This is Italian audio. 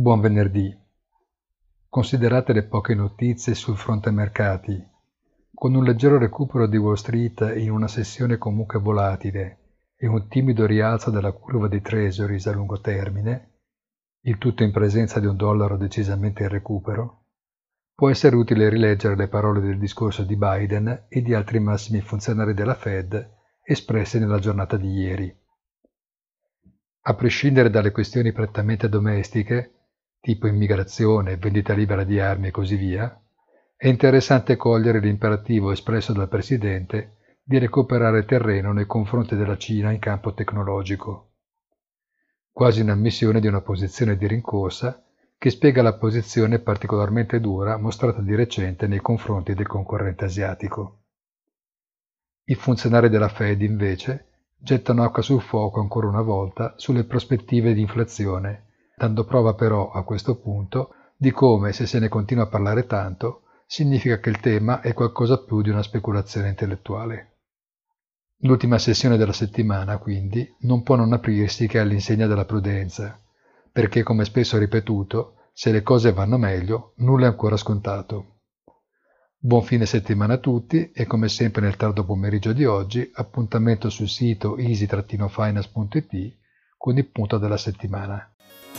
Buon venerdì. Considerate le poche notizie sul fronte mercati, con un leggero recupero di Wall Street in una sessione comunque volatile e un timido rialzo della curva di Treasuries a lungo termine, il tutto in presenza di un dollaro decisamente in recupero, può essere utile rileggere le parole del discorso di Biden e di altri massimi funzionari della Fed espresse nella giornata di ieri. A prescindere dalle questioni prettamente domestiche, tipo immigrazione, vendita libera di armi e così via, è interessante cogliere l'imperativo espresso dal Presidente di recuperare terreno nei confronti della Cina in campo tecnologico. Quasi un'ammissione di una posizione di rincorsa che spiega la posizione particolarmente dura mostrata di recente nei confronti del concorrente asiatico. I funzionari della Fed, invece, gettano acqua sul fuoco ancora una volta sulle prospettive di inflazione, dando prova però a questo punto di come, se se ne continua a parlare tanto, significa che il tema è qualcosa più di una speculazione intellettuale. L'ultima sessione della settimana, quindi, non può non aprirsi che all'insegna della prudenza, perché, come spesso ripetuto, se le cose vanno meglio, nulla è ancora scontato. Buon fine settimana a tutti e come sempre nel tardo pomeriggio di oggi appuntamento sul sito easy-finance.it con il punto della settimana.